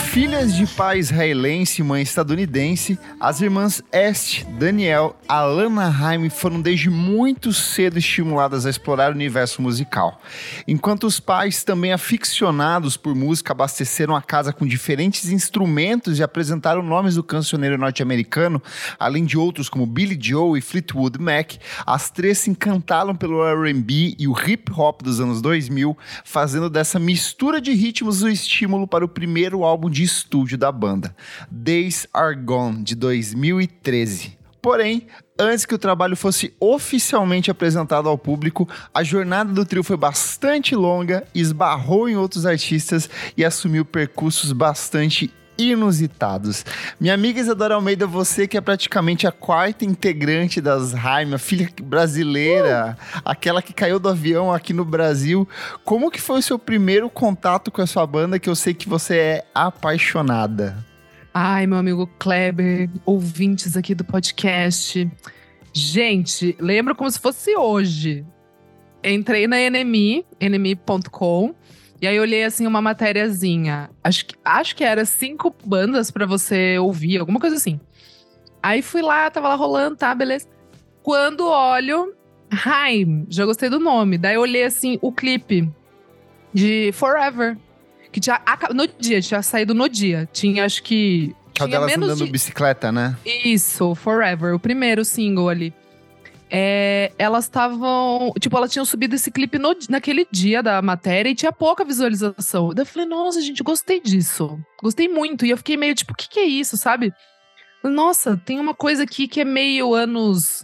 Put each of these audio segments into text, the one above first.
Filhas de pai israelense e mãe estadunidense, as irmãs Est, Daniel e Alana Haim foram desde muito cedo estimuladas a explorar o universo musical. Enquanto os pais, também aficionados por música, abasteceram a casa com diferentes instrumentos e apresentaram nomes do cancioneiro norte-americano, além de outros como Billy Joel e Fleetwood Mac, as três se encantaram pelo R&B e o hip-hop dos anos 2000, fazendo dessa mistura de ritmos o estímulo para o primeiro álbum de estúdio da banda, Days Are Gone, de 2013. Porém, antes que o trabalho fosse oficialmente apresentado ao público, a jornada do trio foi bastante longa, esbarrou em outros artistas e assumiu percursos bastante inusitados. Minha amiga Isadora Almeida, você que é praticamente a quarta integrante das Haim, a filha brasileira, aquela que caiu do avião aqui no Brasil, como que foi o seu primeiro contato com a sua banda, que eu sei que você é apaixonada? Ai, meu amigo Kleber, ouvintes aqui do podcast. Gente, lembro como se fosse hoje. Entrei na NME.com, e aí eu olhei assim uma matériazinha. Acho que era 5 bandas pra você ouvir, alguma coisa assim. Aí fui lá, tava lá rolando, tá, beleza. Quando olho, Haim, já gostei do nome. Daí eu olhei assim o clipe de Forever, que tinha saído no dia. Tinha, acho que... Que é o delas andando bicicleta, né? Isso, Forever, o primeiro single ali. Elas estavam... Tipo, elas tinham subido esse clipe naquele dia da matéria e tinha pouca visualização. Daí eu falei, nossa, gente, gostei disso. Gostei muito. E eu fiquei meio tipo, o que é isso, sabe? Nossa, tem uma coisa aqui que é meio anos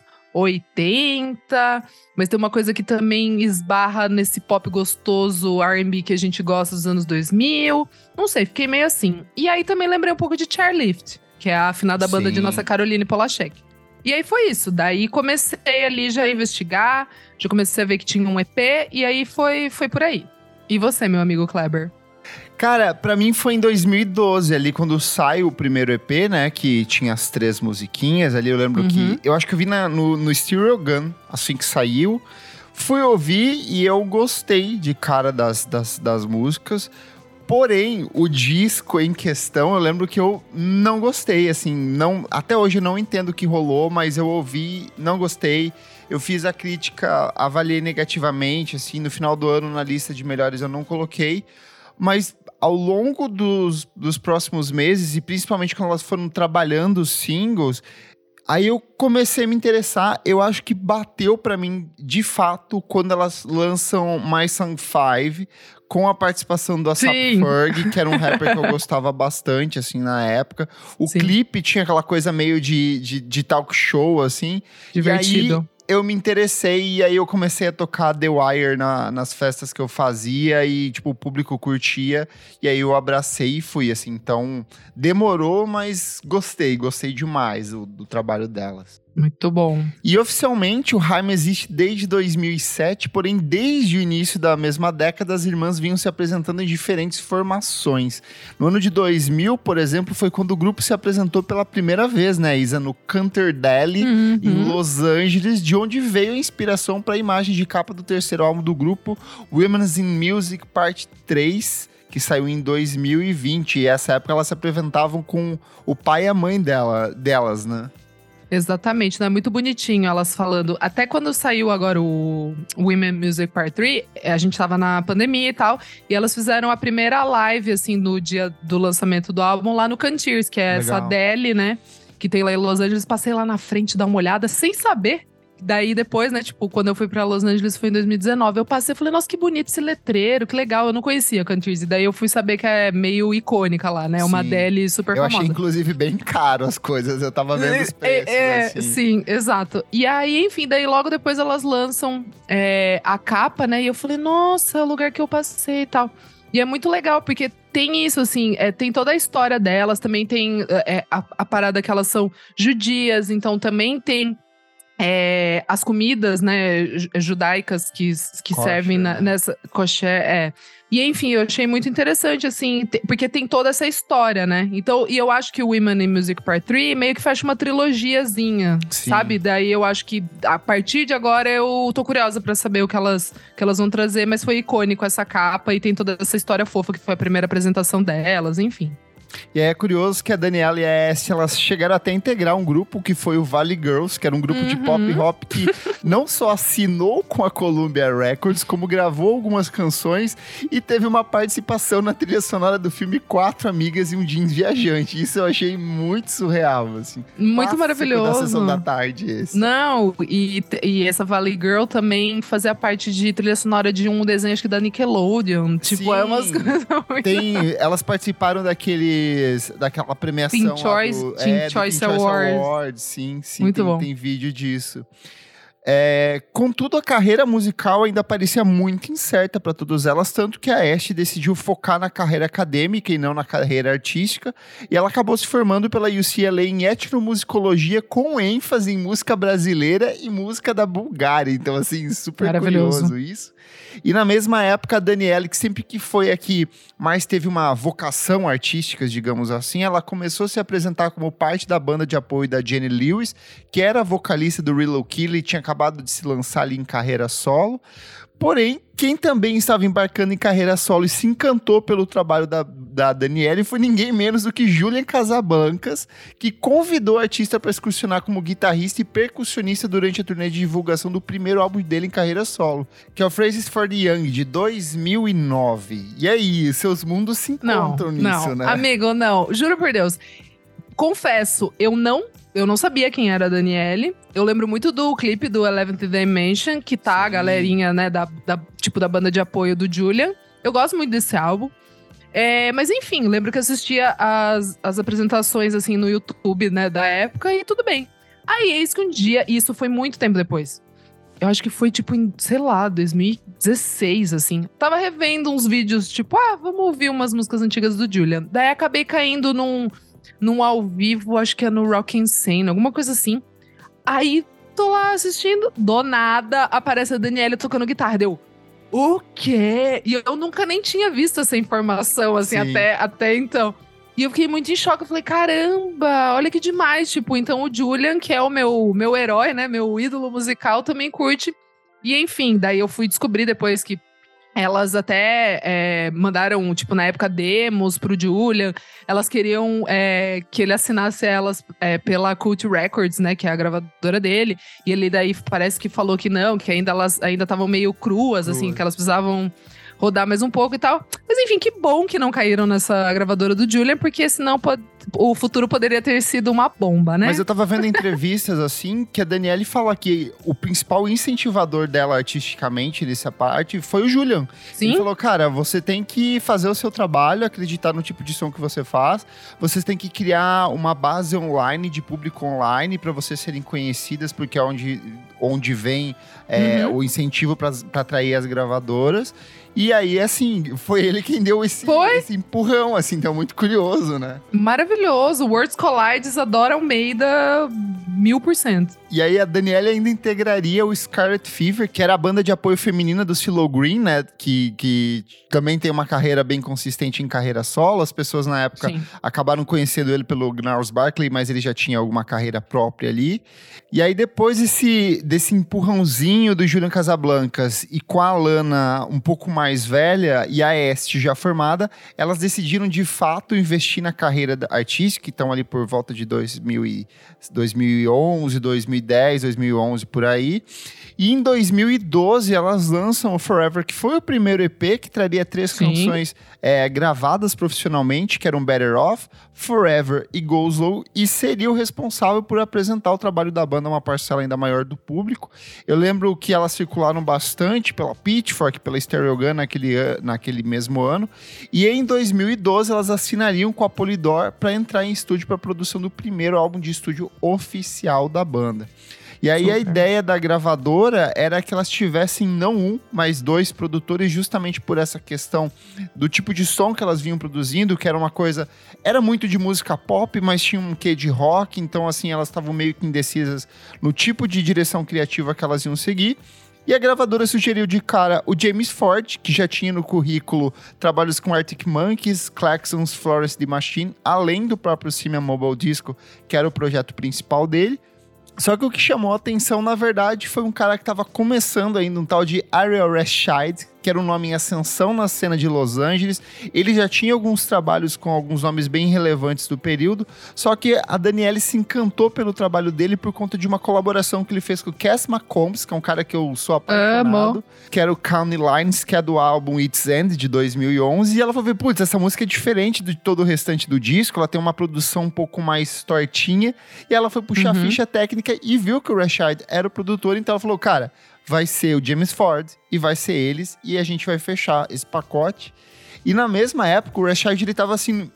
80, mas tem uma coisa que também esbarra nesse pop gostoso R&B que a gente gosta dos anos 2000. Não sei, fiquei meio assim. E aí também lembrei um pouco de Chairlift, que é a afinada banda de nossa Caroline Polachek. E aí foi isso, daí comecei ali já a investigar, já comecei a ver que tinha um EP, e aí foi por aí. E você, meu amigo Kleber? Cara, pra mim foi em 2012, ali quando sai o primeiro EP, né, que tinha as 3 musiquinhas, ali eu lembro que, eu acho que eu vi no Stereo Gun, assim que saiu, fui ouvir e eu gostei de cara das músicas. Porém, o disco em questão, eu lembro que eu não gostei, assim, não, até hoje eu não entendo o que rolou, mas eu ouvi, não gostei. Eu fiz a crítica, avaliei negativamente, assim, no final do ano na lista de melhores eu não coloquei, mas ao longo dos próximos meses, e principalmente quando elas foram trabalhando os singles, aí eu comecei a me interessar. Eu acho que bateu pra mim, de fato, quando elas lançam My Song 5, com a participação do A$AP Ferg, que era um rapper que eu gostava bastante, assim, na época. O clipe tinha aquela coisa meio de talk show, assim. Divertido. E aí eu me interessei e aí eu comecei a tocar The Wire nas festas que eu fazia e, tipo, o público curtia. E aí eu abracei e fui, assim. Então, demorou, mas gostei demais do trabalho delas. Muito bom. E oficialmente o Haim existe desde 2007, porém desde o início da mesma década as irmãs vinham se apresentando em diferentes formações. No ano de 2000, por exemplo, foi quando o grupo se apresentou pela primeira vez, né, Isa? No Canterdale, em Los Angeles, de onde veio a inspiração para a imagem de capa do terceiro álbum do grupo, Women's in Music Part 3, que saiu em 2020. E essa época elas se apresentavam com o pai e a mãe delas, né? Exatamente, né? Muito bonitinho elas falando. Até quando saiu agora o Women Music Part 3, a gente tava na pandemia e tal, e elas fizeram a primeira live, assim, no dia do lançamento do álbum lá no Cantiers, que é essa deli, né? Que tem lá em Los Angeles. Passei lá na frente dar uma olhada, sem saber. Daí depois, né, tipo, quando eu fui pra Los Angeles foi em 2019, eu passei e falei, nossa, que bonito esse letreiro, que legal, eu não conhecia Cantiers. E daí eu fui saber que é meio icônica lá, né, uma deli super famosa. Eu achei, inclusive, bem caro as coisas, eu tava vendo os preços, assim. Sim, exato. E aí, enfim, daí logo depois elas lançam a capa, né, e eu falei, nossa, é o lugar que eu passei e tal. E é muito legal, porque tem isso, assim, tem toda a história delas, também tem a parada que elas são judias, então também tem as comidas, né, judaicas que servem nessa kosher, E enfim, eu achei muito interessante, assim, porque tem toda essa história, né? Então, e eu acho que o Women in Music Part 3 meio que fecha uma trilogiazinha, sabe? Daí eu acho que a partir de agora eu tô curiosa pra saber o que elas vão trazer, mas foi icônico essa capa e tem toda essa história fofa que foi a primeira apresentação delas, enfim. E aí é curioso que a Daniela e a Ashe, elas chegaram até a integrar um grupo que foi o Valley Girls, que era um grupo de pop hop que não só assinou com a Columbia Records, como gravou algumas canções e teve uma participação na trilha sonora do filme Quatro Amigas e um Jeans Viajante. Isso eu achei muito surreal, assim. Muito maravilhoso. Da sessão da tarde esse. Não, e essa Valley Girl também fazia parte de trilha sonora de um desenho, acho que da Nickelodeon. Tipo, Sim, é umas coisas muito... elas participaram daquela premiação Teen Choice Awards. Sim, muito bom. Tem vídeo disso. Contudo, a carreira musical ainda parecia muito incerta para todas elas, tanto que a Ashe decidiu focar na carreira acadêmica e não na carreira artística, e ela acabou se formando pela UCLA em etnomusicologia, com ênfase em música brasileira e música da Bulgária. Então, assim, super curioso isso. E na mesma época, a Daniela, que sempre que foi aqui, mas teve uma vocação artística, digamos assim, ela começou a se apresentar como parte da banda de apoio da Jenny Lewis, que era a vocalista do Real Killer e tinha acabado de se lançar ali em carreira solo. Porém, quem também estava embarcando em carreira solo e se encantou pelo trabalho da Daniela foi ninguém menos do que Julian Casablancas, que convidou o artista para excursionar como guitarrista e percussionista durante a turnê de divulgação do primeiro álbum dele em carreira solo, que é o Phrases for the Young, de 2009. E aí, seus mundos se encontram nisso, né? Amigo, não. Juro por Deus. Confesso, eu não sabia quem era a Daniele. Eu lembro muito do clipe do 11th Dimension, que tá a galerinha, né, da banda de apoio do Julian. Eu gosto muito desse álbum. Mas enfim, lembro que assistia as apresentações, assim, no YouTube, né, da época, e tudo bem. Aí, eis que um dia, e isso foi muito tempo depois. Eu acho que foi, tipo, em, sei lá, 2016, assim. Tava revendo uns vídeos, tipo, vamos ouvir umas músicas antigas do Julian. Daí acabei caindo num ao vivo, acho que é no Rock Insane, alguma coisa assim. Aí, tô lá assistindo, do nada, aparece a Daniela tocando guitarra. Deu, o quê? E eu nunca nem tinha visto essa informação, assim, até então. E eu fiquei muito em choque, eu falei, caramba, olha que demais. Tipo, então o Julian, que é o meu herói, né, meu ídolo musical, também curte. E enfim, daí eu fui descobrir depois que elas até mandaram, tipo, na época, demos pro Julian. Elas queriam que ele assinasse elas pela Cult Records, né? Que é a gravadora dele. E ele daí parece que falou que não, que elas ainda estavam meio cruas, assim, que elas precisavam rodar mais um pouco e tal. Mas enfim, que bom que não caíram nessa gravadora do Julian, porque senão o futuro poderia ter sido uma bomba, né? Mas eu tava vendo entrevistas, assim, que a Daniele fala que o principal incentivador dela artisticamente nessa parte foi o Julian. Sim. Ele falou, cara, você tem que fazer o seu trabalho, acreditar no tipo de som que você faz, vocês têm que criar uma base online, de público online, pra vocês serem conhecidas, porque é onde vem o incentivo pra atrair as gravadoras. E aí, assim, foi ele quem deu esse empurrão, assim, então muito curioso, né? Maravilhoso. Words Collide, Isadora Almeida, 1000%. E aí a Daniela ainda integraria o Scarlet Fever, que era a banda de apoio feminina do CeeLo Green, né? Que também tem uma carreira bem consistente em carreira solo. As pessoas na época acabaram conhecendo ele pelo Gnarls Barkley, mas ele já tinha alguma carreira própria ali. E aí depois desse empurrãozinho do Julian Casablancas e com a Lana um pouco mais velha e a Ashe já formada, elas decidiram de fato investir na carreira artística, que estão ali por volta de 2011, 2010, 2011, por aí. E em 2012 elas lançam o Forever, que foi o primeiro EP que traria 3 canções gravadas profissionalmente, que eram Better Off, Forever e Go Slow, e seria o responsável por apresentar o trabalho da banda a uma parcela ainda maior do público. Eu lembro que elas circularam bastante pela Pitchfork, pela Stereogum naquele mesmo ano, e em 2012 elas assinariam com a Polydor para entrar em estúdio para a produção do primeiro álbum de estúdio oficial da banda. E aí a ideia da gravadora era que elas tivessem não um, mas 2 produtores, justamente por essa questão do tipo de som que elas vinham produzindo, que era uma coisa... Era muito de música pop, mas tinha um quê de rock, então assim, elas estavam meio que indecisas no tipo de direção criativa que elas iam seguir. E a gravadora sugeriu de cara o James Ford, que já tinha no currículo trabalhos com Arctic Monkeys, Klaxons, Florence the Machine, além do próprio Simian Mobile Disco, que era o projeto principal dele. Só que o que chamou a atenção, na verdade, foi um cara que estava começando ainda, um tal de Ariel Rashid, que era um nome em ascensão na cena de Los Angeles. Ele já tinha alguns trabalhos com alguns nomes bem relevantes do período, só que a Danielle se encantou pelo trabalho dele por conta de uma colaboração que ele fez com o Cass McCombs, que é um cara que eu sou apaixonado, que era o County Lines, que é do álbum It's End, de 2011, e ela falou, putz, essa música é diferente de todo o restante do disco, ela tem uma produção um pouco mais tortinha, e ela foi puxar a ficha técnica e viu que o Rashid era o produtor, então ela falou, cara, vai ser o James Ford e vai ser eles, e a gente vai fechar esse pacote. E na mesma época, o Rashid, ele tava assim,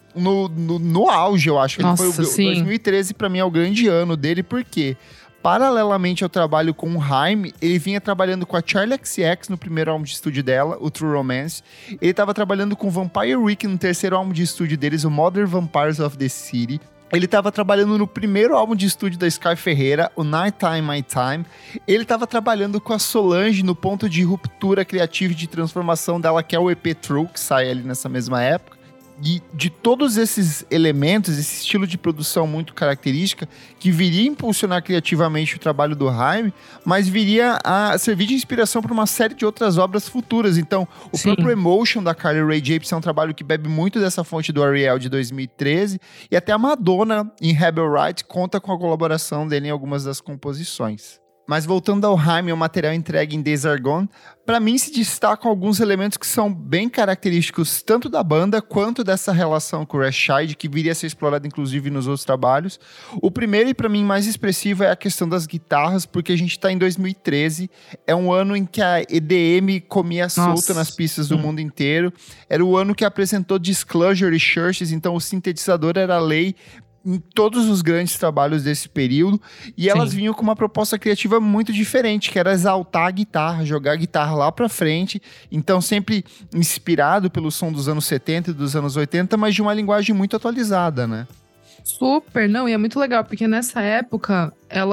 no auge, eu acho. Nossa, ele foi sim. 2013, pra mim, é o grande ano dele, porque paralelamente ao trabalho com o Haim, ele vinha trabalhando com a Charli XCX no primeiro álbum de estúdio dela, o True Romance. Ele tava trabalhando com Vampire Week no terceiro álbum de estúdio deles, o Modern Vampires of the City. Ele estava trabalhando no primeiro álbum de estúdio da Sky Ferreira, o Nighttime My Time. Ele estava trabalhando com a Solange no ponto de ruptura criativa e de transformação dela, que é o EP True, que sai ali nessa mesma época. E de todos esses elementos, esse estilo de produção muito característica, que viria impulsionar criativamente o trabalho do Haim, mas viria a servir de inspiração para uma série de outras obras futuras. Então, o próprio Emotion da Carly Rae Jepsen é um trabalho que bebe muito dessa fonte do Ariel de 2013, e até a Madonna, em Rebel Right, conta com a colaboração dele em algumas das composições. Mas voltando ao Haim, o material entregue em Days Are Gone, para mim se destacam alguns elementos que são bem característicos tanto da banda quanto dessa relação com o Rashid, que viria a ser explorada inclusive nos outros trabalhos. O primeiro e para mim mais expressivo é a questão das guitarras, porque a gente está em 2013, é um ano em que a EDM comia solta nas pistas do mundo inteiro, era o ano que apresentou Disclosure e Churches, então o sintetizador era lei em todos os grandes trabalhos desse período, e elas vinham com uma proposta criativa muito diferente, que era exaltar a guitarra, jogar a guitarra lá pra frente, então sempre inspirado pelo som dos anos 70 e dos anos 80, mas de uma linguagem muito atualizada, né? Super, não, e é muito legal, porque nessa época,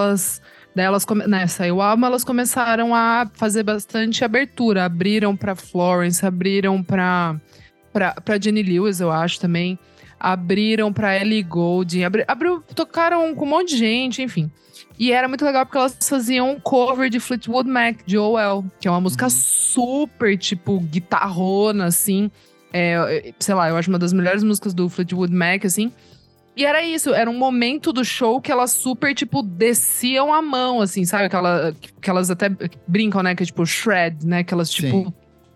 saiu o álbum, elas começaram a fazer bastante abertura, abriram pra Florence, abriram pra Jenny Lewis, eu acho, também, abriram pra Ellie Goulding, tocaram com um monte de gente, enfim. E era muito legal porque elas faziam um cover de Fleetwood Mac, de Oh, que é uma música super, tipo, guitarrona, assim. Sei lá, eu acho uma das melhores músicas do Fleetwood Mac, assim. E era isso, era um momento do show que elas super, tipo, desciam a mão, assim, sabe? Que elas até brincam, né? Que é tipo shred, né? Que elas, tipo,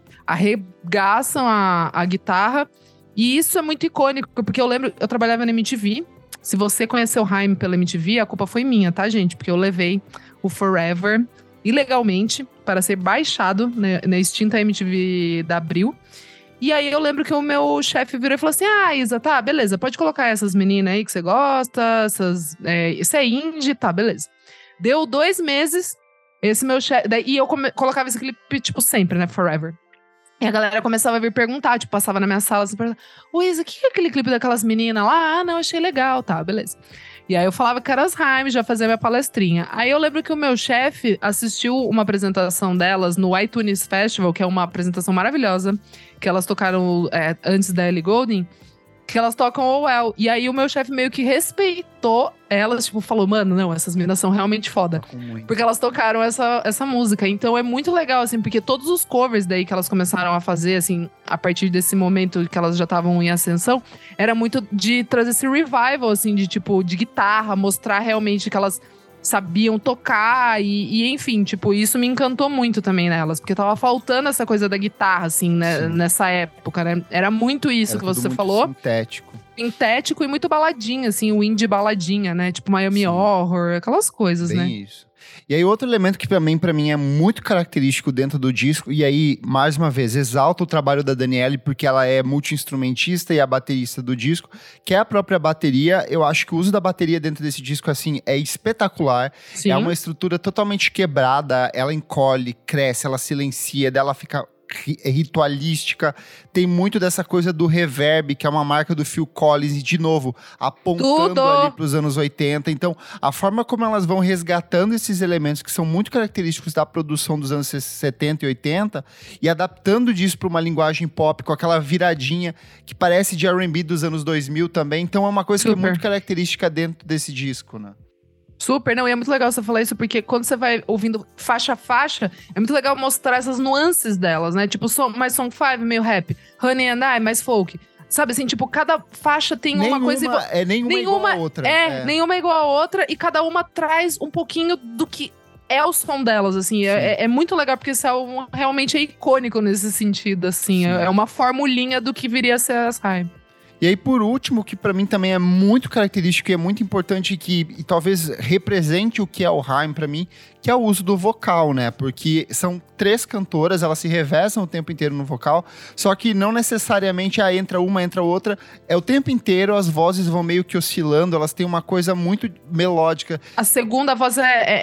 arregaçam a guitarra. E isso é muito icônico, porque eu lembro, eu trabalhava na MTV. Se você conheceu o Haim pela MTV, a culpa foi minha, tá, gente? Porque eu levei o Forever ilegalmente para ser baixado, né, na extinta MTV da Abril. E aí eu lembro que o meu chefe virou e falou assim: Isa, tá, beleza, pode colocar essas meninas aí que você gosta, isso é indie, tá, beleza. Deu 2 meses, esse meu chefe... E eu colocava esse clipe, tipo, sempre, né, Forever. E a galera começava a vir perguntar, tipo, passava na minha sala, assim, perguntava, ô Isa, o que é aquele clipe daquelas meninas lá? Ah, não, achei legal, tá, beleza. E aí eu falava que era as Haim, já fazia minha palestrinha. Aí eu lembro que o meu chefe assistiu uma apresentação delas no iTunes Festival, que é uma apresentação maravilhosa, que elas tocaram antes da Ellie Goulding, que elas tocam Oh. E aí o meu chefe meio que respeitou elas, tipo, falou, mano, não, essas meninas são realmente foda. Porque elas tocaram essa música. Então é muito legal, assim, porque todos os covers daí que elas começaram a fazer, assim, a partir desse momento que elas já estavam em ascensão, era muito de trazer esse revival, assim, de tipo, de guitarra, mostrar realmente que elas sabiam tocar e enfim, tipo, isso me encantou muito também nelas, porque tava faltando essa coisa da guitarra, assim, né, nessa época, né? Era muito isso que você falou. Sintético e muito baladinha, assim, o indie baladinha, né? Tipo Miami Horror, aquelas coisas, bem, né? Isso. E aí outro elemento que pra mim é muito característico dentro do disco, e aí, mais uma vez, exalta o trabalho da Danielle, porque ela é multi-instrumentista e a baterista do disco, que é a própria bateria. Eu acho que o uso da bateria dentro desse disco, assim, é espetacular. Sim. É uma estrutura totalmente quebrada, ela encolhe, cresce, ela silencia, dela fica ritualística, tem muito dessa coisa do reverb, que é uma marca do Phil Collins, e de novo, apontando ali para os anos 80, então a forma como elas vão resgatando esses elementos que são muito característicos da produção dos anos 70 e 80, e adaptando disso para uma linguagem pop, com aquela viradinha que parece de R&B dos anos 2000 também, então é uma coisa que é muito característica dentro desse disco, né? Super, não, e é muito legal você falar isso, porque quando você vai ouvindo faixa a faixa, é muito legal mostrar essas nuances delas, né? Tipo, mais Song 5, meio rap. Honey and I, mais folk. Sabe assim, tipo, cada faixa tem uma coisa igual. Nenhuma igual a outra. Nenhuma igual a outra, e cada uma traz um pouquinho do que é o som delas, assim. É muito legal, porque esse álbum realmente é icônico nesse sentido, assim. É uma formulinha do que viria a ser as Haim. E aí, por último, que pra mim também é muito característico e é muito importante e talvez represente o que é o Haim pra mim, que é o uso do vocal, né? Porque são 3 cantoras, elas se revezam o tempo inteiro no vocal, só que não necessariamente entra uma, entra outra. É o tempo inteiro, as vozes vão meio que oscilando, elas têm uma coisa muito melódica. A segunda voz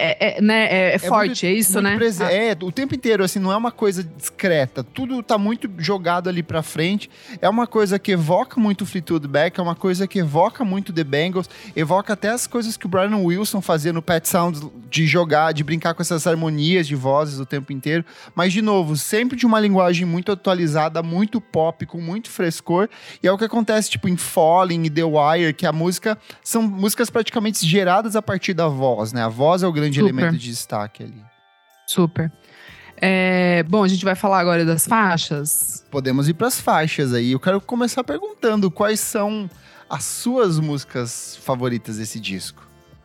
é forte, muito, é isso, né? O tempo inteiro, assim, não é uma coisa discreta. Tudo tá muito jogado ali pra frente. É uma coisa que evoca muito o Fleetwood Mac, é uma coisa que evoca muito The Bangles, evoca até as coisas que o Brian Wilson fazia no Pet Sounds, de jogar, de brincar com essas harmonias de vozes o tempo inteiro, mas de novo, sempre de uma linguagem muito atualizada, muito pop, com muito frescor, e é o que acontece tipo em Falling e The Wire, que são músicas praticamente geradas a partir da voz, né? A voz é o grande elemento de destaque ali. Super. Bom, a gente vai falar agora das faixas. Podemos ir para as faixas aí. Eu quero começar perguntando quais são as suas músicas favoritas desse disco.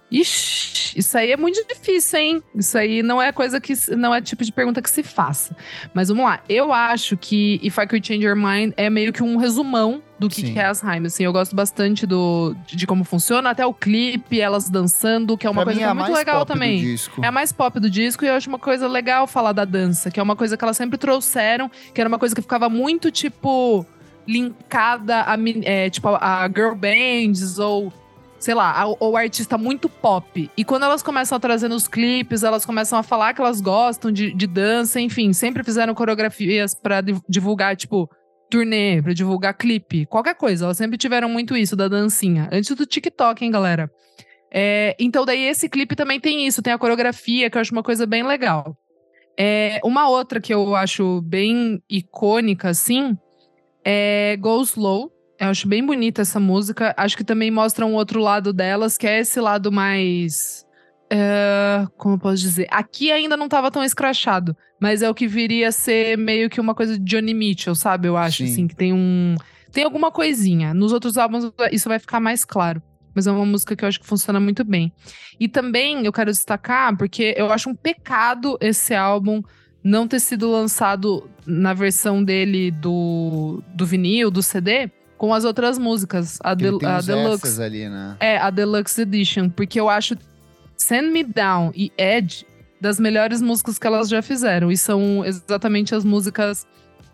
Ixi, isso aí é muito difícil, hein? Isso aí não é tipo de pergunta que se faça. Mas vamos lá. Eu acho que If I Could Change Your Mind é meio que um resumão do que é as Haim. Assim, eu gosto bastante de como funciona, até o clipe, elas dançando, que é uma coisa que é muito legal também. É a mais pop do disco, e eu acho uma coisa legal falar da dança, que é uma coisa que elas sempre trouxeram, que era uma coisa que ficava muito, tipo, linkada a girl bands ou sei lá, ou artista muito pop. E quando elas começam a trazer nos clipes, elas começam a falar que elas gostam de dança, enfim, sempre fizeram coreografias pra divulgar, tipo, turnê, pra divulgar clipe, qualquer coisa. Elas sempre tiveram muito isso da dancinha. Antes do TikTok, hein, galera? Então, daí esse clipe também tem isso, tem a coreografia, que eu acho uma coisa bem legal. Uma outra que eu acho bem icônica, assim, é Go Slow. Eu acho bem bonita essa música. Acho que também mostra um outro lado delas, que é esse lado mais... como eu posso dizer? Aqui ainda não tava tão escrachado, mas é o que viria a ser meio que uma coisa de Johnny Mitchell, sabe? Eu acho, assim, que tem alguma coisinha. Nos outros álbuns isso vai ficar mais claro. Mas é uma música que eu acho que funciona muito bem. E também eu quero destacar, porque eu acho um pecado esse álbum não ter sido lançado na versão dele do vinil, do CD, com as outras músicas. A Deluxe ali, né? A Deluxe Edition. Porque eu acho Send Me Down e Edge das melhores músicas que elas já fizeram. E são exatamente as músicas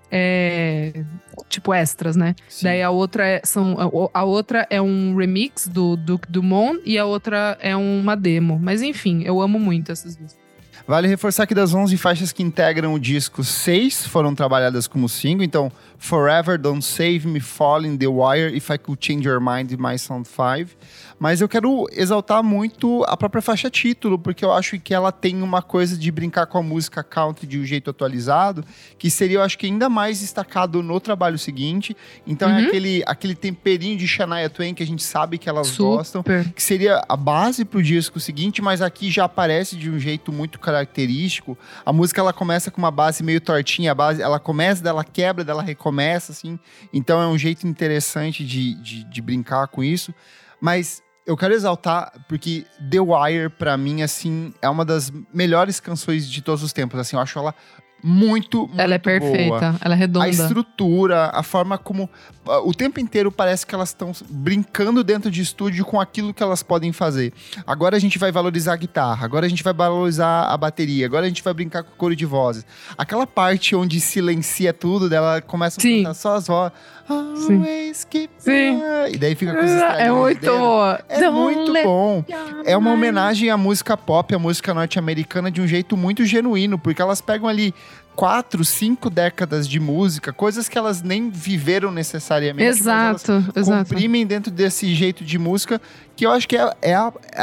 tipo extras, né? Sim. Daí a outra é um remix do Duke Dumont e a outra é uma demo. Mas enfim, eu amo muito essas músicas. Vale reforçar que das 11 faixas que integram o disco, 6 foram trabalhadas como single. Então, Forever, Don't Save Me, Falling, The Wire, If I Could Change Your Mind e My Sound 5. Mas eu quero exaltar muito a própria faixa título, porque eu acho que ela tem uma coisa de brincar com a música country de um jeito atualizado, que seria, eu acho que ainda mais destacado no trabalho seguinte. Então é aquele temperinho de Shania Twain que a gente sabe que elas gostam, que seria a base pro disco seguinte, mas aqui já aparece de um jeito muito característico. A música, ela começa com uma base meio tortinha, ela começa, dela quebra, dela recomeça, assim. Então é um jeito interessante de brincar com isso. Mas eu quero exaltar, porque The Wire, pra mim, assim, é uma das melhores canções de todos os tempos. Assim, eu acho ela muito ela é perfeita, boa. Ela é redonda. A estrutura, a forma como... O tempo inteiro parece que elas estão brincando dentro de estúdio com aquilo que elas podem fazer. Agora a gente vai valorizar a guitarra, agora a gente vai valorizar a bateria, agora a gente vai brincar com o coro de vozes. Aquela parte onde silencia tudo, dela começa a cantar só as vozes. Always keep E daí fica com os estalinhos. É muito boa. É muito bom. É uma homenagem à música pop, à música norte-americana de um jeito muito genuíno, porque elas pegam ali 4, 5 décadas de música, coisas que elas nem viveram necessariamente. Exato. Comprimem dentro desse jeito de música que eu acho que é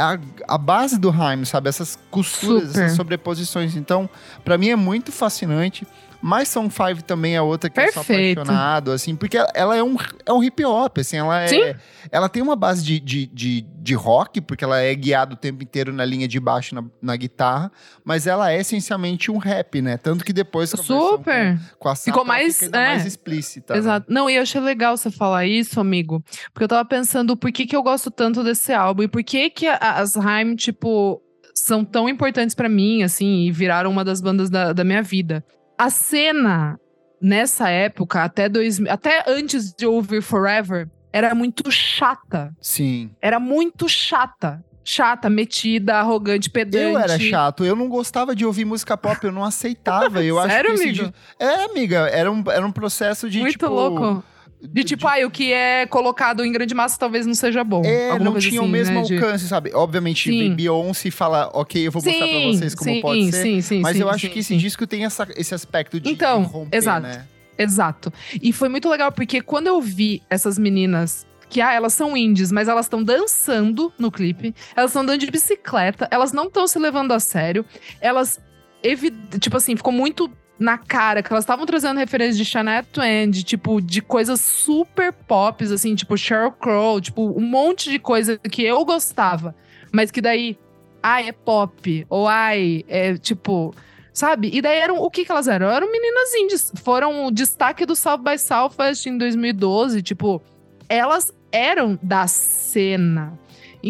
a base do Haim, sabe? Essas costuras, Super. essas sobreposições. Então, pra mim é muito fascinante. Mas Song 5 também é outra que eu sou Perfeito. apaixonado, assim, porque ela é um hip hop, assim, Sim. ela tem uma base de rock, porque ela é guiada o tempo inteiro na linha de baixo na guitarra, mas ela é essencialmente um rap, né? Tanto que depois com a versão Super. com a Ficou Sata, ela mais, fica ainda mais explícita. né? Exato. Não, e eu achei legal você falar isso, amigo. Porque eu tava pensando por que eu gosto tanto desse álbum e por que as Haim, tipo, são tão importantes pra mim, assim, e viraram uma das bandas da minha vida. A cena, nessa época, até antes de ouvir Forever, era muito chata. Sim. Era muito chata. Chata, metida, arrogante, pedante. Eu era chato, eu não gostava de ouvir música pop, eu não aceitava. Eu Sério, acho que amigo? amiga, era um processo de, Muito tipo... louco. De tipo, o que é colocado em grande massa talvez não seja bom. Alguma não coisa tinha assim, o mesmo né, alcance, sabe? Obviamente, Sim. Beyoncé fala, ok, eu vou mostrar pra vocês como pode ser. Sim, mas eu acho sim, que esse disco tem esse aspecto de Então, romper, exato. né? Exato. E foi muito legal, porque quando eu vi essas meninas, que elas são indies, mas elas estão dançando no clipe, elas estão andando de bicicleta, elas não estão se levando a sério, elas, tipo assim, ficou muito na cara, que elas estavam trazendo referências de Shania Twain, tipo, de coisas super pops, assim, tipo Sheryl Crow, tipo, um monte de coisa que eu gostava, mas que daí, é pop, ou é tipo, sabe? E daí o que elas eram? Eram meninas indies, foram o destaque do South by Southwest em 2012, tipo, elas eram da cena.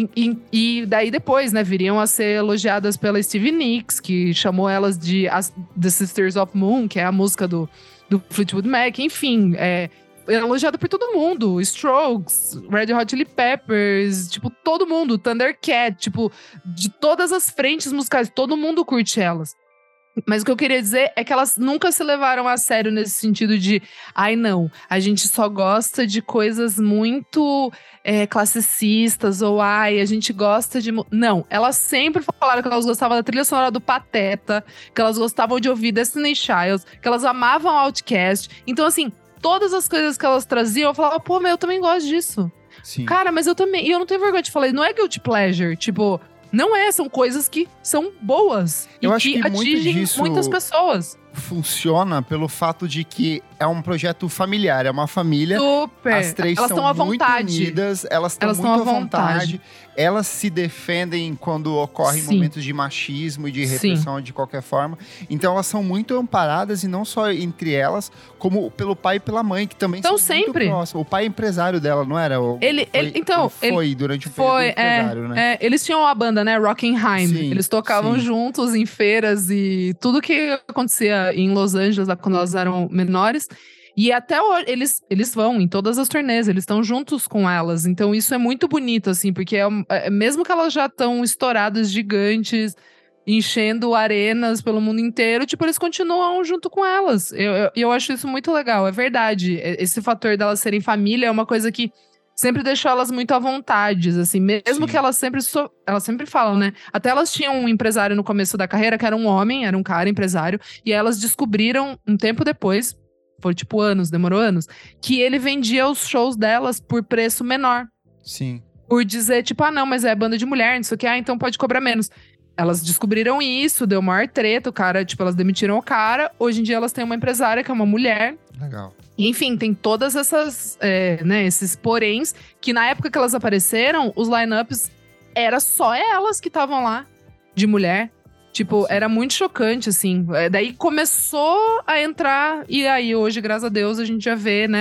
E daí depois, né, viriam a ser elogiadas pela Stevie Nicks, que chamou elas de The Sisters of Moon, que é a música do Fleetwood Mac. Enfim, elogiada por todo mundo. Strokes, Red Hot Chili Peppers, tipo, todo mundo. Thundercat, tipo, de todas as frentes musicais, todo mundo curte elas. Mas o que eu queria dizer é que elas nunca se levaram a sério nesse sentido de não, a gente só gosta de coisas muito classicistas, ou a gente gosta de... Não, elas sempre falaram que elas gostavam da trilha sonora do Pateta, que elas gostavam de ouvir Destiny Child, que elas amavam Outkast. Então, assim, todas as coisas que elas traziam, eu falava, pô, mas eu também gosto disso. Sim. Cara, mas eu também... E eu não tenho vergonha de falar, não é guilty pleasure, tipo... Não são coisas que são boas. Eu e acho que muito atingem disso muitas pessoas. Funciona pelo fato de que é um projeto familiar, é uma família. Super. As três elas são à muito vontade. unidas, elas estão muito à vontade. Elas se defendem quando ocorrem momentos de machismo e de repressão de qualquer forma. Então elas são muito amparadas, e não só entre elas, como pelo pai e pela mãe, que também são sempre muito próximos. O pai é empresário dela, não era? Ele foi durante o período empresário, né? Eles tinham a banda, né? Rockingham. Sim, eles tocavam juntos em feiras e tudo que acontecia em Los Angeles, lá quando elas eram menores. E até hoje, eles vão em todas as turnês, eles estão juntos com elas. Então isso é muito bonito, assim, porque mesmo que elas já estão estouradas, gigantes, enchendo arenas pelo mundo inteiro, tipo, eles continuam junto com elas. Eu acho isso muito legal, é verdade. Esse fator delas serem família é uma coisa que sempre deixou elas muito à vontade, assim, mesmo que elas sempre falam, né? Até elas tinham um empresário no começo da carreira, que era um homem, era um cara empresário, e elas descobriram um tempo depois, foi tipo demorou anos, que ele vendia os shows delas por preço menor. Sim. Por dizer, tipo, não, mas é banda de mulher, não sei o que, então pode cobrar menos. Elas descobriram isso, deu maior treta, o cara, tipo, elas demitiram o cara, hoje em dia elas têm uma empresária que é uma mulher. Legal. Enfim, tem todas essas, esses poréns, que na época que elas apareceram, os lineups, era só elas que estavam lá, de mulher. Tipo, era muito chocante, assim. Daí começou a entrar, e aí hoje, graças a Deus, a gente já vê, né,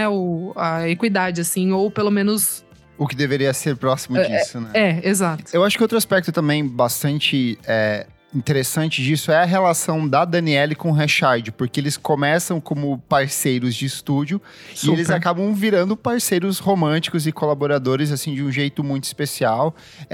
a equidade, assim, ou pelo menos... O que deveria ser próximo disso, né? Exato. Eu acho que outro aspecto também bastante interessante disso é a relação da Danielle com o Rashad, porque eles começam como parceiros de estúdio e eles acabam virando parceiros românticos e colaboradores, assim, de um jeito muito especial.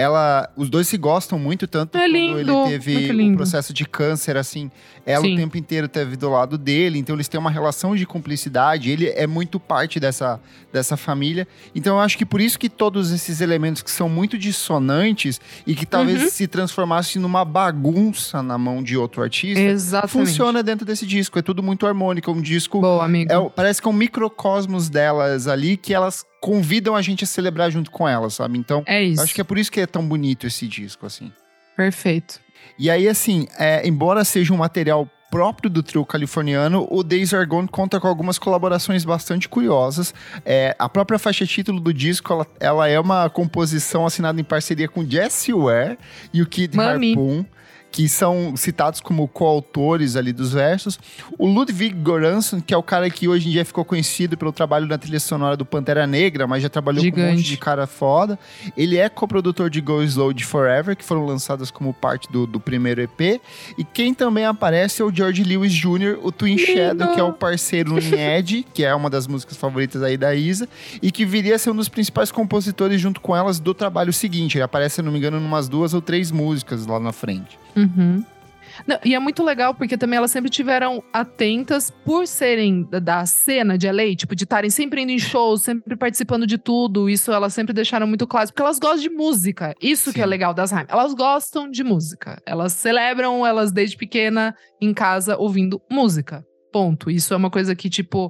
Os dois se gostam muito, tanto quando ele teve o processo de câncer, assim, ela o tempo inteiro teve do lado dele, então eles têm uma relação de cumplicidade, ele é muito parte dessa família. Então eu acho que por isso que todos esses elementos que são muito dissonantes e que talvez se transformassem numa bagunça bagunça na mão de outro artista, Exatamente. funciona dentro desse disco. É tudo muito harmônico, é um disco... Boa, amigo. Parece que é um microcosmos delas ali, que elas convidam a gente a celebrar junto com elas, sabe? Então, É isso. acho que é por isso que é tão bonito esse disco, assim. Perfeito. E aí, assim, embora seja um material próprio do trio californiano, o Days Are Gone conta com algumas colaborações bastante curiosas. A própria faixa título do disco, ela é uma composição assinada em parceria com Jessie Ware e o Kid Harpoon, que são citados como coautores ali dos versos. O Ludwig Göransson, que é o cara que hoje em dia ficou conhecido pelo trabalho na trilha sonora do Pantera Negra, mas já trabalhou com um monte de cara foda. Ele é coprodutor de Go Slow de Forever, que foram lançadas como parte do primeiro EP. E quem também aparece é o George Lewis Jr., o Twin Shadow, que é o parceiro em Ed, que é uma das músicas favoritas aí da Isa, e que viria a ser um dos principais compositores junto com elas do trabalho seguinte. Ele aparece, se não me engano, em umas 2 ou 3 músicas lá na frente. Uhum. Não, e é muito legal porque também elas sempre tiveram atentas por serem da cena de LA, tipo, de estarem sempre indo em shows, sempre participando de tudo. Isso elas sempre deixaram muito claro, porque elas gostam de música. Isso Sim. que é legal das Haim. Elas gostam de música. Elas celebram elas desde pequena em casa ouvindo música. Ponto. Isso é uma coisa que, tipo,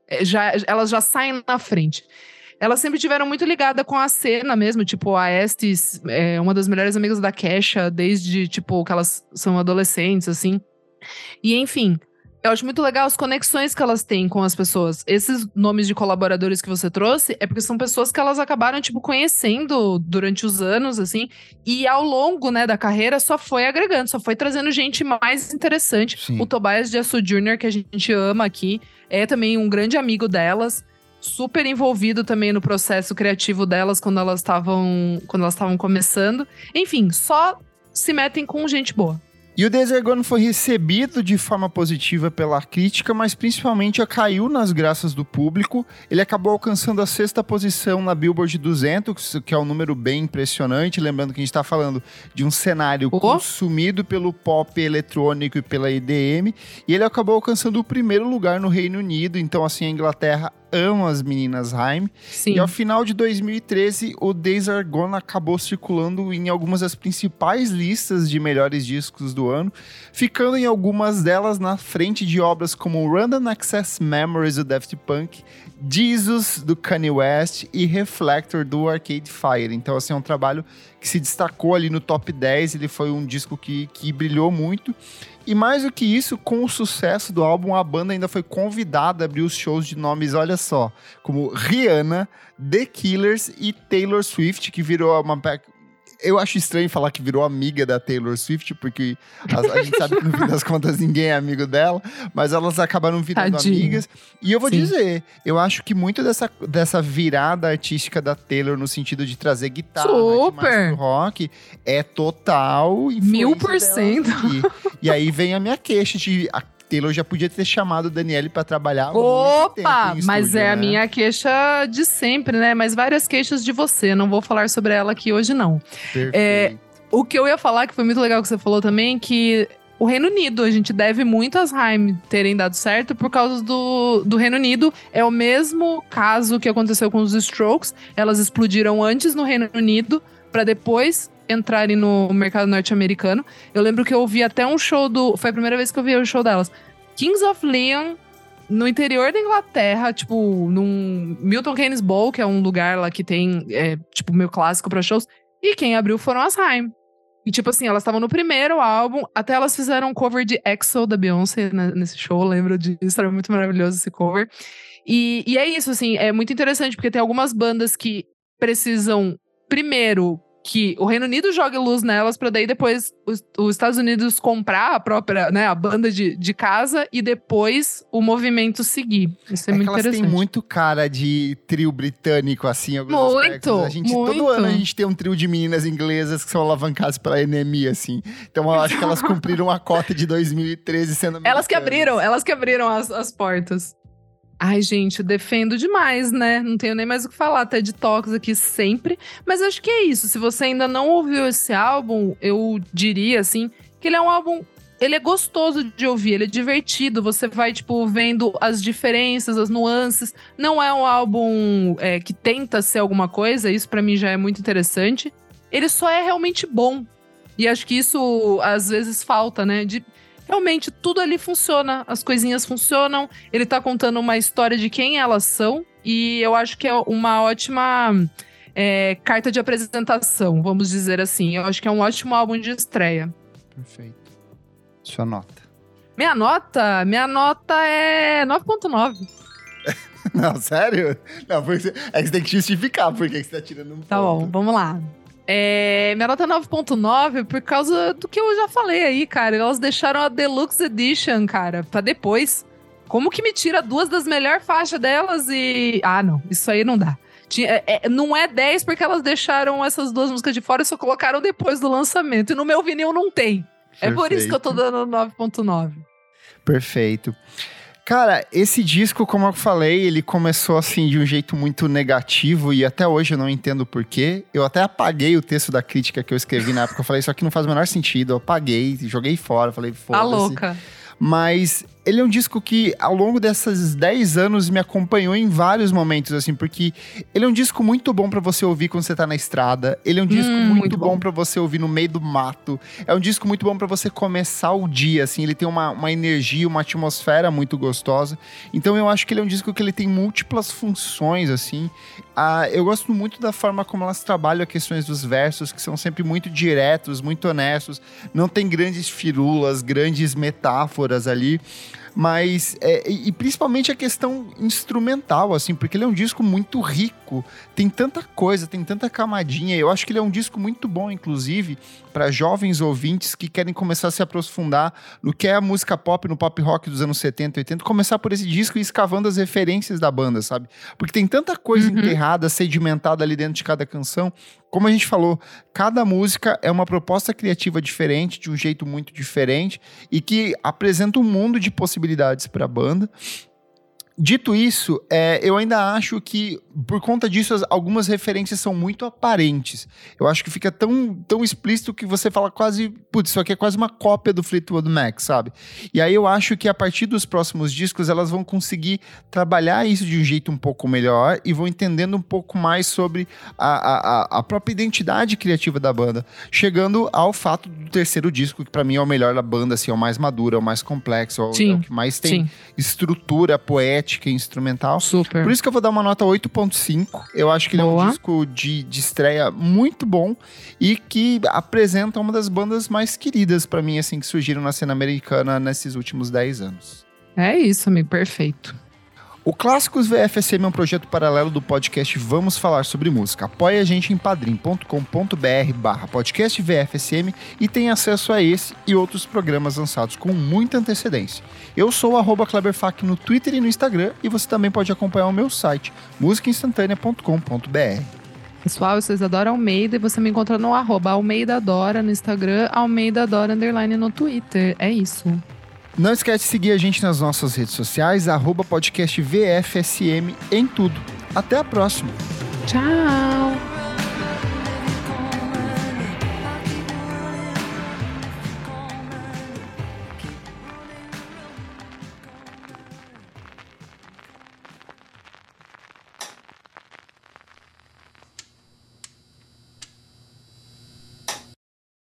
elas já saem na frente. Elas sempre tiveram muito ligada com a cena mesmo, tipo, a Estes é uma das melhores amigas da Kesha, desde, tipo, que elas são adolescentes, assim. E, enfim, eu acho muito legal as conexões que elas têm com as pessoas. Esses nomes de colaboradores que você trouxe é porque são pessoas que elas acabaram, tipo, conhecendo durante os anos, assim, e ao longo, né, da carreira só foi agregando, só foi trazendo gente mais interessante. Sim. O Tobias Jesu Jr., que a gente ama aqui, é também um grande amigo delas. Super envolvido também no processo criativo delas quando elas estavam começando. Enfim, só se metem com gente boa. E o Days Are Gone foi recebido de forma positiva pela crítica, mas principalmente caiu nas graças do público. Ele acabou alcançando a 6ª posição na Billboard 200, que é um número bem impressionante. Lembrando que a gente está falando de um cenário consumido pelo pop eletrônico e pela EDM. E ele acabou alcançando o 1º lugar no Reino Unido. Então, assim, a Inglaterra ama as meninas Haim. Sim. E ao final de 2013, o Days Are Gone acabou circulando em algumas das principais listas de melhores discos do ano, ficando em algumas delas na frente de obras como Random Access Memories do Daft Punk, Jesus do Kanye West e Reflector do Arcade Fire. Então, assim, é um trabalho que se destacou ali no top 10, ele foi um disco que brilhou muito. E mais do que isso, com o sucesso do álbum, a banda ainda foi convidada a abrir os shows de nomes, olha só, como Rihanna, The Killers e Taylor Swift, que virou uma... Eu acho estranho falar que virou amiga da Taylor Swift, porque a gente sabe que no fim das contas ninguém é amigo dela, mas elas acabaram virando amigas. E eu vou dizer, eu acho que muito dessa virada artística da Taylor no sentido de trazer guitarra mais pro rock é total 1000%. E aí vem a minha queixa de... Taylor já podia ter chamado o Daniele pra trabalhar. Opa! Mas estúdio, é a minha queixa de sempre, né? Mas várias queixas de você. Não vou falar sobre ela aqui hoje, não. Perfeito. O que eu ia falar, que foi muito legal que você falou também, que o Reino Unido, a gente deve muito às Haim terem dado certo por causa do Reino Unido. É o mesmo caso que aconteceu com os Strokes. Elas explodiram antes no Reino Unido, pra depois entrarem no mercado norte-americano. Eu lembro que eu ouvi até um show foi a primeira vez que eu vi o show delas. Kings of Leon, no interior da Inglaterra, tipo, num Milton Keynes Bowl, que é um lugar lá que tem, tipo, meio clássico pra shows. E quem abriu foram as Haim. E, tipo assim, elas estavam no primeiro álbum, até elas fizeram um cover de EXO da Beyoncé nesse show, lembro disso, era muito maravilhoso esse cover. E é isso, assim, é muito interessante, porque tem algumas bandas que precisam, primeiro, que o Reino Unido jogue luz nelas, pra daí depois os Estados Unidos comprar a própria, né, a banda de casa e depois o movimento seguir. Isso é muito interessante. Elas têm muito cara de trio britânico, assim, alguns aspectos. Todo ano a gente tem um trio de meninas inglesas que são alavancadas pela NME, assim. Então eu acho que elas cumpriram a cota de 2013 sendo americanas. Elas que abriram as portas. Ai, gente, eu defendo demais, né? Não tenho nem mais o que falar, TED Talks aqui sempre. Mas acho que é isso. Se você ainda não ouviu esse álbum, eu diria, assim, que ele é um álbum... Ele é gostoso de ouvir, ele é divertido. Você vai, tipo, vendo as diferenças, as nuances. Não é um álbum que tenta ser alguma coisa. Isso, pra mim, já é muito interessante. Ele só é realmente bom. E acho que isso, às vezes, falta, né? Realmente, tudo ali funciona, as coisinhas funcionam. Ele tá contando uma história de quem elas são. E eu acho que é uma ótima carta de apresentação, vamos dizer assim. Eu acho que é um ótimo álbum de estreia. Perfeito. Sua nota? Minha nota é 9.9. Não, sério? Não, porque é que você tem que justificar por que você tá tirando um ponto. Tá bom, vamos lá. Minha nota é 9.9 por causa do que eu já falei aí, cara. Elas deixaram a Deluxe Edition, cara, pra depois. Como que me tira 2 das melhores faixas delas e... Ah, não, isso aí não dá. Não é 10 porque elas deixaram essas 2 músicas de fora e só colocaram depois do lançamento. E no meu vinil não tem. Perfeito. É por isso que eu tô dando 9.9. Perfeito. Cara, esse disco, como eu falei, ele começou assim de um jeito muito negativo e até hoje eu não entendo o porquê. Eu até apaguei o texto da crítica que eu escrevi na época. Eu falei, isso aqui não faz o menor sentido. Eu apaguei, joguei fora, falei, foda-se. Tá louca. Mas ele é um disco que, ao longo desses 10 anos, me acompanhou em vários momentos, assim, porque ele é um disco muito bom pra você ouvir quando você tá na estrada. Ele é um disco muito bom pra você ouvir no meio do mato. É um disco muito bom pra você começar o dia, assim. Ele tem uma energia, uma atmosfera muito gostosa. Então, eu acho que ele é um disco que ele tem múltiplas funções, assim. Eu gosto muito da forma como elas trabalham as questões dos versos, que são sempre muito diretos, muito honestos. Não tem grandes firulas, grandes metáforas ali. Mas, e principalmente a questão instrumental, assim, porque ele é um disco muito rico, tem tanta coisa, tem tanta camadinha. Eu acho que ele é um disco muito bom, inclusive, para jovens ouvintes que querem começar a se aprofundar no que é a música pop, no pop rock dos anos 70, 80, começar por esse disco e escavando as referências da banda, sabe? Porque tem tanta coisa enterrada, sedimentada ali dentro de cada canção. Como a gente falou, cada música é uma proposta criativa diferente, de um jeito muito diferente, e que apresenta um mundo de possibilidades para a banda. Dito isso, eu ainda acho que, por conta disso, algumas referências são muito aparentes. Eu acho que fica tão explícito que você fala quase... Putz, isso aqui é quase uma cópia do Fleetwood Mac, sabe? E aí eu acho que a partir dos próximos discos, elas vão conseguir trabalhar isso de um jeito um pouco melhor e vão entendendo um pouco mais sobre a própria identidade criativa da banda. Chegando ao fato do terceiro disco, que pra mim é o melhor da banda, assim, é o mais maduro, é o mais complexo, é o que mais tem estrutura poética e instrumental. Super. Por isso que eu vou dar uma nota 8.5. Eu acho que ele é um disco de estreia muito bom e que apresenta uma das bandas mais queridas pra mim, assim, que surgiram na cena americana nesses últimos 10 anos. É isso, amigo, perfeito. O Clássicos VFSM é um projeto paralelo do podcast Vamos Falar Sobre Música. Apoie a gente em padrim.com.br/podcast VFSM e tem acesso a esse e outros programas lançados com muita antecedência. Eu sou o @KleberFak no Twitter e no Instagram e você também pode acompanhar o meu site, musicainstantanea.com.br. Pessoal, eu sou Isadora Almeida e você me encontra no @AlmeidaDora no Instagram, AlmeidaDora _ no Twitter. É isso. Não esquece de seguir a gente nas nossas redes sociais, @podcastvfsm em tudo. Até a próxima. Tchau!